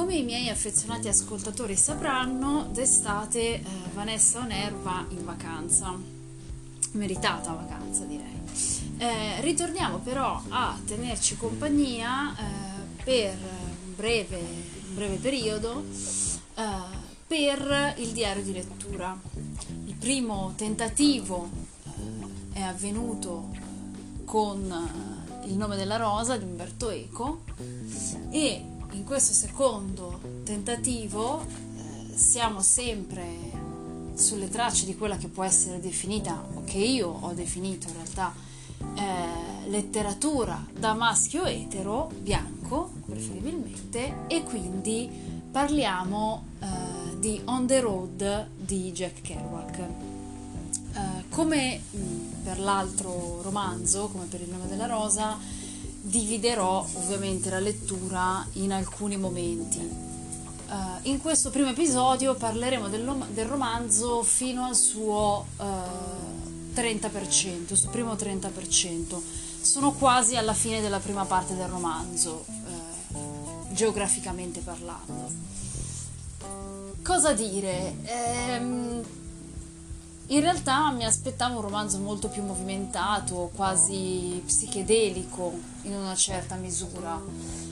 Come i miei affezionati ascoltatori sapranno, d'estate Vanessa On Air va in vacanza, meritata vacanza direi. Ritorniamo però a tenerci compagnia per un breve periodo per il diario di lettura. Il primo tentativo è avvenuto con Il nome della rosa di Umberto Eco e in questo secondo tentativo siamo sempre sulle tracce di quella che può essere definita, o che io ho definito in realtà, letteratura da maschio etero, bianco preferibilmente, e quindi parliamo di On the Road di Jack Kerouac. Come per l'altro romanzo, come per Il nome della rosa, dividerò ovviamente la lettura in alcuni momenti. In questo primo episodio parleremo del romanzo fino al suo 30%, sul primo 30%. Sono quasi alla fine della prima parte del romanzo, geograficamente parlando. Cosa dire? In realtà mi aspettavo un romanzo molto più movimentato, quasi psichedelico in una certa misura,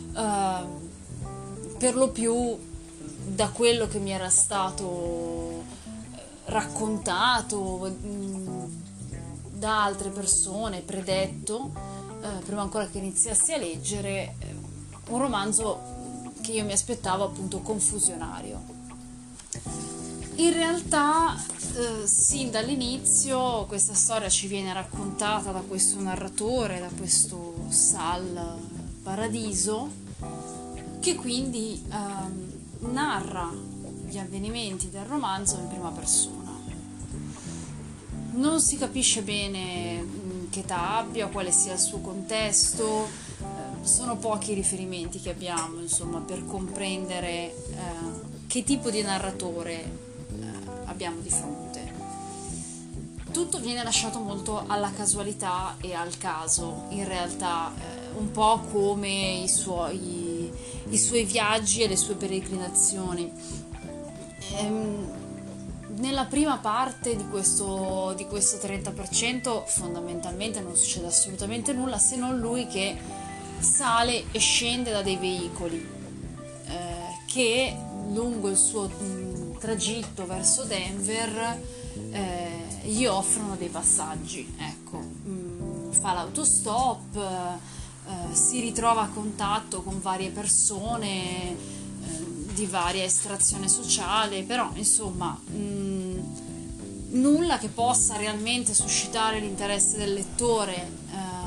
per lo più da quello che mi era stato raccontato da altre persone, predetto, prima ancora che iniziassi a leggere, un romanzo che io mi aspettavo appunto confusionario. In realtà, sin dall'inizio, questa storia ci viene raccontata da questo narratore, da questo Sal Paradiso, che quindi narra gli avvenimenti del romanzo in prima persona. Non si capisce bene che età abbia, quale sia il suo contesto, sono pochi i riferimenti che abbiamo, insomma, per comprendere che tipo di narratore abbiamo di fronte. Tutto viene lasciato molto alla casualità e al caso, in realtà, un po' come i suoi viaggi e le sue peregrinazioni. Nella prima parte di questo 30% fondamentalmente non succede assolutamente nulla, se non lui che sale e scende da dei veicoli che lungo il suo tragitto verso Denver gli offrono dei passaggi. Ecco, fa l'autostop, si ritrova a contatto con varie persone di varia estrazione sociale, però insomma nulla che possa realmente suscitare l'interesse del lettore.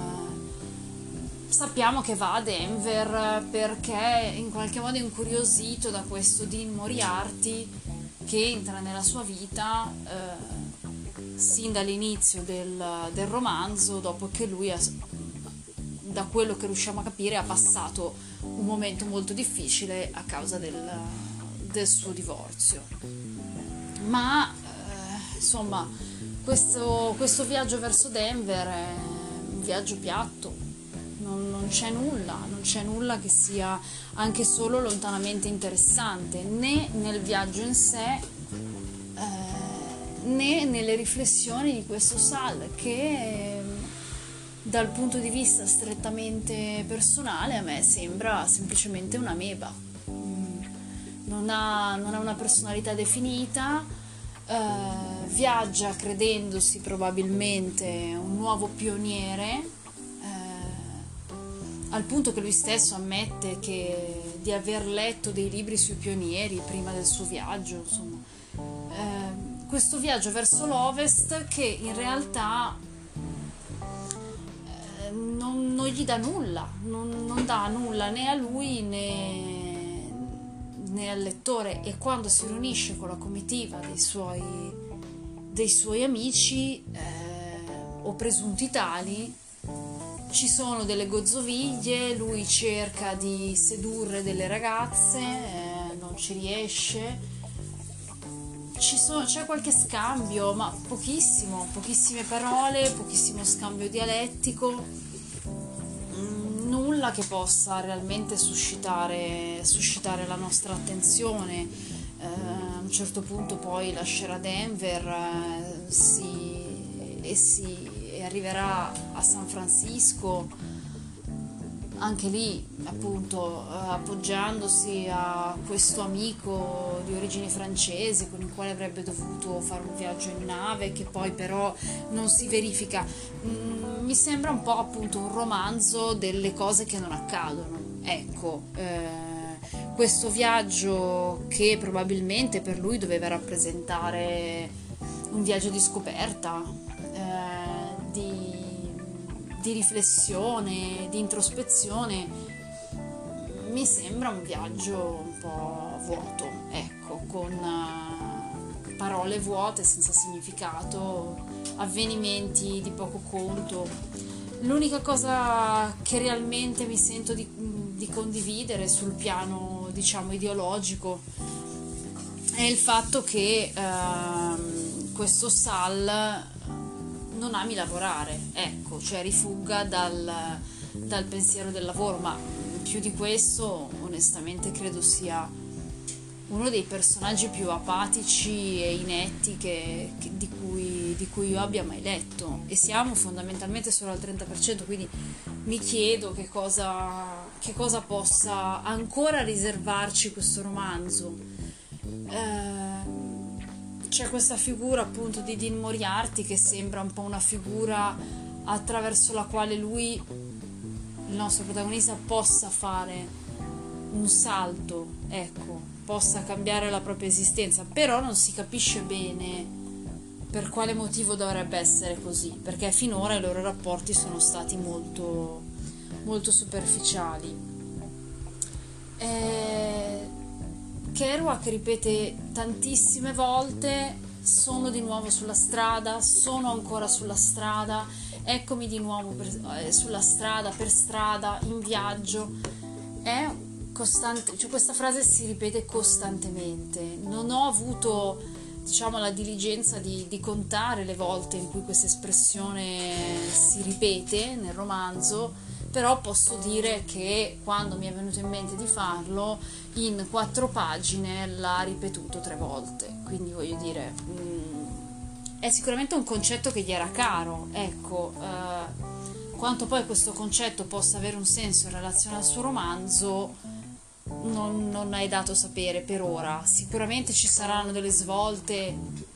Sappiamo che va a Denver perché in qualche modo è incuriosito da questo Dean Moriarty che entra nella sua vita sin dall'inizio del romanzo, dopo che lui da quello che riusciamo a capire ha passato un momento molto difficile a causa del suo divorzio. Ma insomma questo viaggio verso Denver è un viaggio piatto. Non c'è nulla che sia anche solo lontanamente interessante, né nel viaggio in sé, né nelle riflessioni di questo Sal, che dal punto di vista strettamente personale a me sembra semplicemente una meba. Non ha una personalità definita, viaggia credendosi probabilmente un nuovo pioniere, al punto che lui stesso ammette di aver letto dei libri sui pionieri prima del suo viaggio, insomma. Questo viaggio verso l'Ovest che in realtà non gli dà nulla, non dà nulla né a lui né al lettore, e quando si riunisce con la comitiva dei suoi amici o presunti tali, ci sono delle gozzoviglie, lui cerca di sedurre delle ragazze, non ci riesce, c'è qualche scambio, ma pochissime parole, pochissimo scambio dialettico, nulla che possa realmente suscitare la nostra attenzione. A un certo punto poi lascerà Denver, e arriverà a San Francisco, anche lì appunto appoggiandosi a questo amico di origini francesi con il quale avrebbe dovuto fare un viaggio in nave, che poi però non si verifica. Mi sembra un po' appunto un romanzo delle cose che non accadono, ecco. Questo viaggio, che probabilmente per lui doveva rappresentare un viaggio di scoperta, di riflessione, di introspezione, mi sembra un viaggio un po' vuoto, ecco, con parole vuote, senza significato, avvenimenti di poco conto. L'unica cosa che realmente mi sento di condividere sul piano, diciamo, ideologico è il fatto che questo Sal non ami lavorare, ecco, cioè rifugga dal pensiero del lavoro, ma più di questo onestamente credo sia uno dei personaggi più apatici e inetti di cui io abbia mai letto, e siamo fondamentalmente solo al 30%, quindi mi chiedo che cosa possa ancora riservarci questo romanzo. C'è questa figura appunto di Dean Moriarty che sembra un po' una figura attraverso la quale lui, il nostro protagonista, possa fare un salto, ecco, possa cambiare la propria esistenza, però non si capisce bene per quale motivo dovrebbe essere così, perché finora i loro rapporti sono stati molto, molto superficiali. Kerouac ripete tantissime volte: sono di nuovo sulla strada, sono ancora sulla strada, eccomi di nuovo sulla strada, per strada, in viaggio. È costante, cioè questa frase si ripete costantemente. Non ho avuto, diciamo, la diligenza di contare le volte in cui questa espressione si ripete nel romanzo, però posso dire che quando mi è venuto in mente di farlo, in 4 pagine l'ha ripetuto 3 volte, quindi voglio dire, è sicuramente un concetto che gli era caro, ecco. Quanto poi questo concetto possa avere un senso in relazione al suo romanzo non è dato sapere per ora. Sicuramente ci saranno delle svolte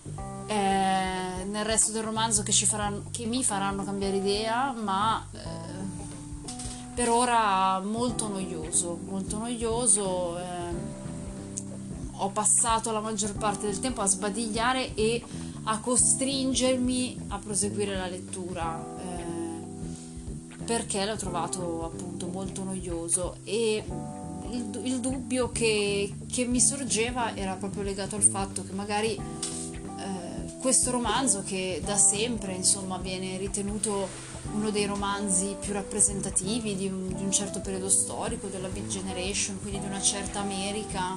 nel resto del romanzo che mi faranno cambiare idea, ma per ora molto noioso, molto noioso. Ho passato la maggior parte del tempo a sbadigliare e a costringermi a proseguire la lettura, perché l'ho trovato appunto molto noioso, e il dubbio che mi sorgeva era proprio legato al fatto che magari questo romanzo, che da sempre insomma viene ritenuto uno dei romanzi più rappresentativi di un certo periodo storico, della Beat Generation, quindi di una certa America,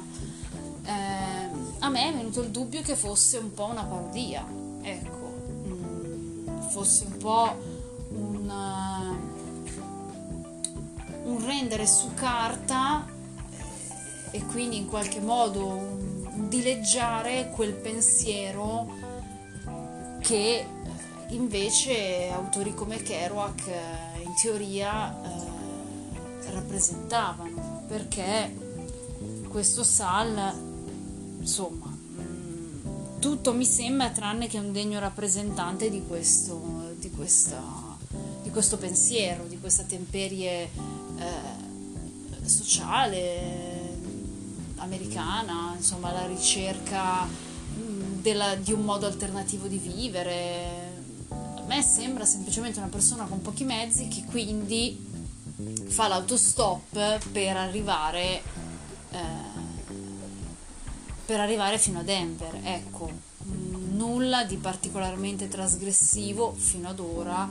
a me è venuto il dubbio che fosse un po' una parodia, ecco, fosse un po' un rendere su carta, e quindi in qualche modo un dileggiare quel pensiero che invece autori come Kerouac in teoria rappresentavano, perché questo Sal, insomma, tutto mi sembra tranne che un degno rappresentante di questo pensiero, di questa temperie sociale americana, insomma, la ricerca di un modo alternativo di vivere. A me sembra semplicemente una persona con pochi mezzi che quindi fa l'autostop per arrivare fino a Denver, ecco. Nulla di particolarmente trasgressivo fino ad ora,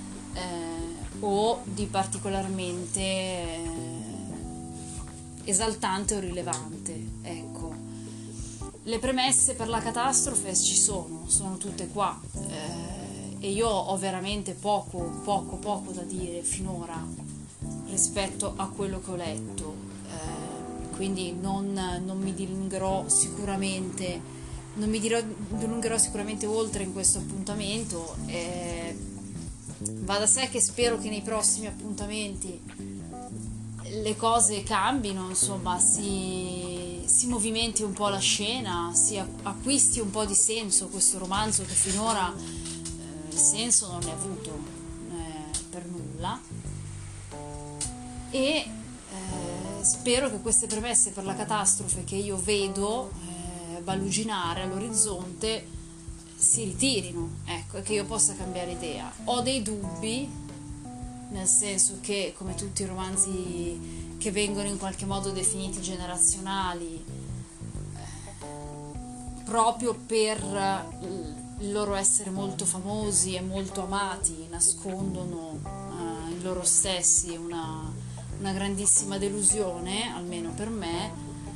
o di particolarmente esaltante o rilevante, ecco. Le premesse per la catastrofe ci sono tutte qua, e io ho veramente poco da dire finora. rispetto a quello che ho letto, quindi non mi dilungherò sicuramente, dilungherò sicuramente oltre in questo appuntamento. Va da sé che spero che nei prossimi appuntamenti le cose cambino, insomma, si movimenti un po' la scena, si acquisti un po' di senso questo romanzo che finora il senso non ne ha avuto per nulla, e spero che queste premesse per la catastrofe che io vedo baluginare all'orizzonte si ritirino, ecco, e che io possa cambiare idea. Ho dei dubbi, nel senso che, come tutti i romanzi che vengono in qualche modo definiti generazionali, proprio per il loro essere molto famosi e molto amati, nascondono in loro stessi una grandissima delusione, almeno per me,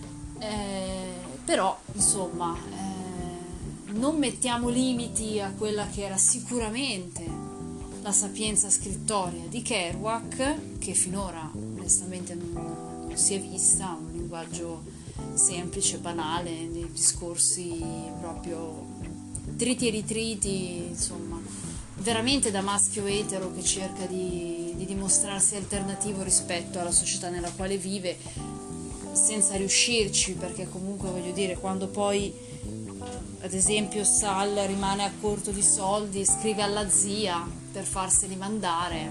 però insomma non mettiamo limiti a quella che era sicuramente la sapienza scrittoria di Kerouac, che finora onestamente non si è vista, un linguaggio semplice, banale, dei discorsi proprio triti e ritriti, insomma, veramente da maschio etero che cerca di dimostrarsi alternativo rispetto alla società nella quale vive, senza riuscirci, perché comunque voglio dire, quando poi ad esempio Sal rimane a corto di soldi, scrive alla zia per farseli mandare,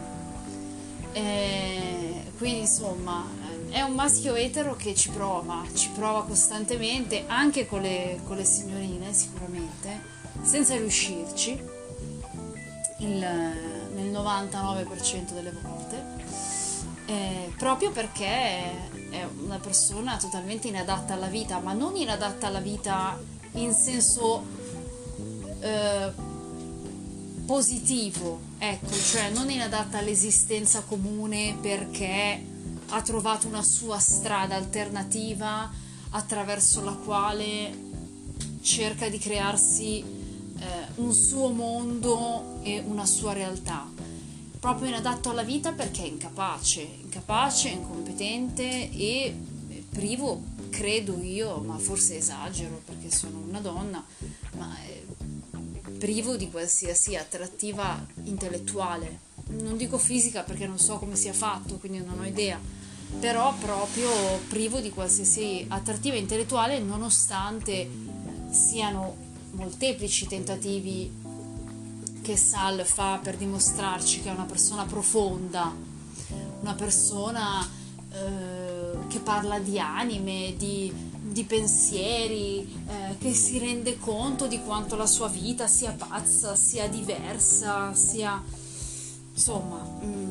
quindi insomma è un maschio etero che ci prova costantemente, anche con le signorine sicuramente, senza riuscirci nel 99% delle volte, proprio perché è una persona totalmente inadatta alla vita, ma non inadatta alla vita in senso positivo, ecco, cioè non inadatta all'esistenza comune, perché ha trovato una sua strada alternativa attraverso la quale cerca di crearsi un suo mondo e una sua realtà. Proprio inadatto alla vita perché è incapace, incompetente e privo, credo io, ma forse esagero perché sono una donna, ma privo di qualsiasi attrattiva intellettuale. Non dico fisica perché non so come sia fatto, quindi non ho idea, però proprio privo di qualsiasi attrattiva intellettuale, nonostante siano molteplici tentativi che Sal fa per dimostrarci che è una persona profonda, una persona che parla di anime, di pensieri, che si rende conto di quanto la sua vita sia pazza, sia diversa, sia insomma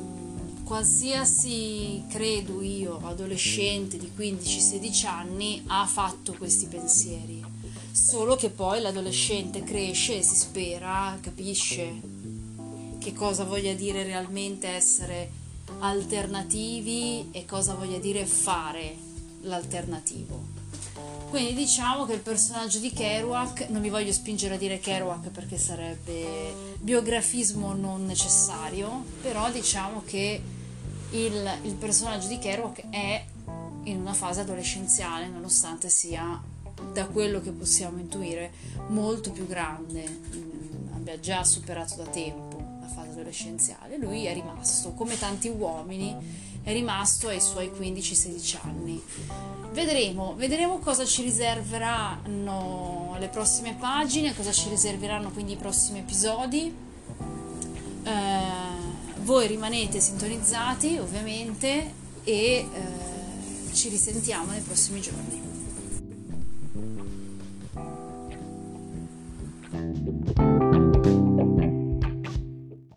qualsiasi, credo io, adolescente di 15-16 anni ha fatto questi pensieri, solo che poi l'adolescente cresce e si spera, capisce che cosa voglia dire realmente essere alternativi e cosa voglia dire fare l'alternativo. Quindi diciamo che il personaggio di Kerouac, non mi voglio spingere a dire Kerouac perché sarebbe biografismo non necessario, però diciamo che il personaggio di Kerouac è in una fase adolescenziale, nonostante sia, da quello che possiamo intuire, molto più grande, abbia già superato da tempo la fase adolescenziale. Lui è rimasto, come tanti uomini, è rimasto ai suoi 15-16 anni. Vedremo cosa ci riserveranno le prossime pagine, cosa ci riserveranno quindi i prossimi episodi. Voi rimanete sintonizzati ovviamente e ci risentiamo nei prossimi giorni.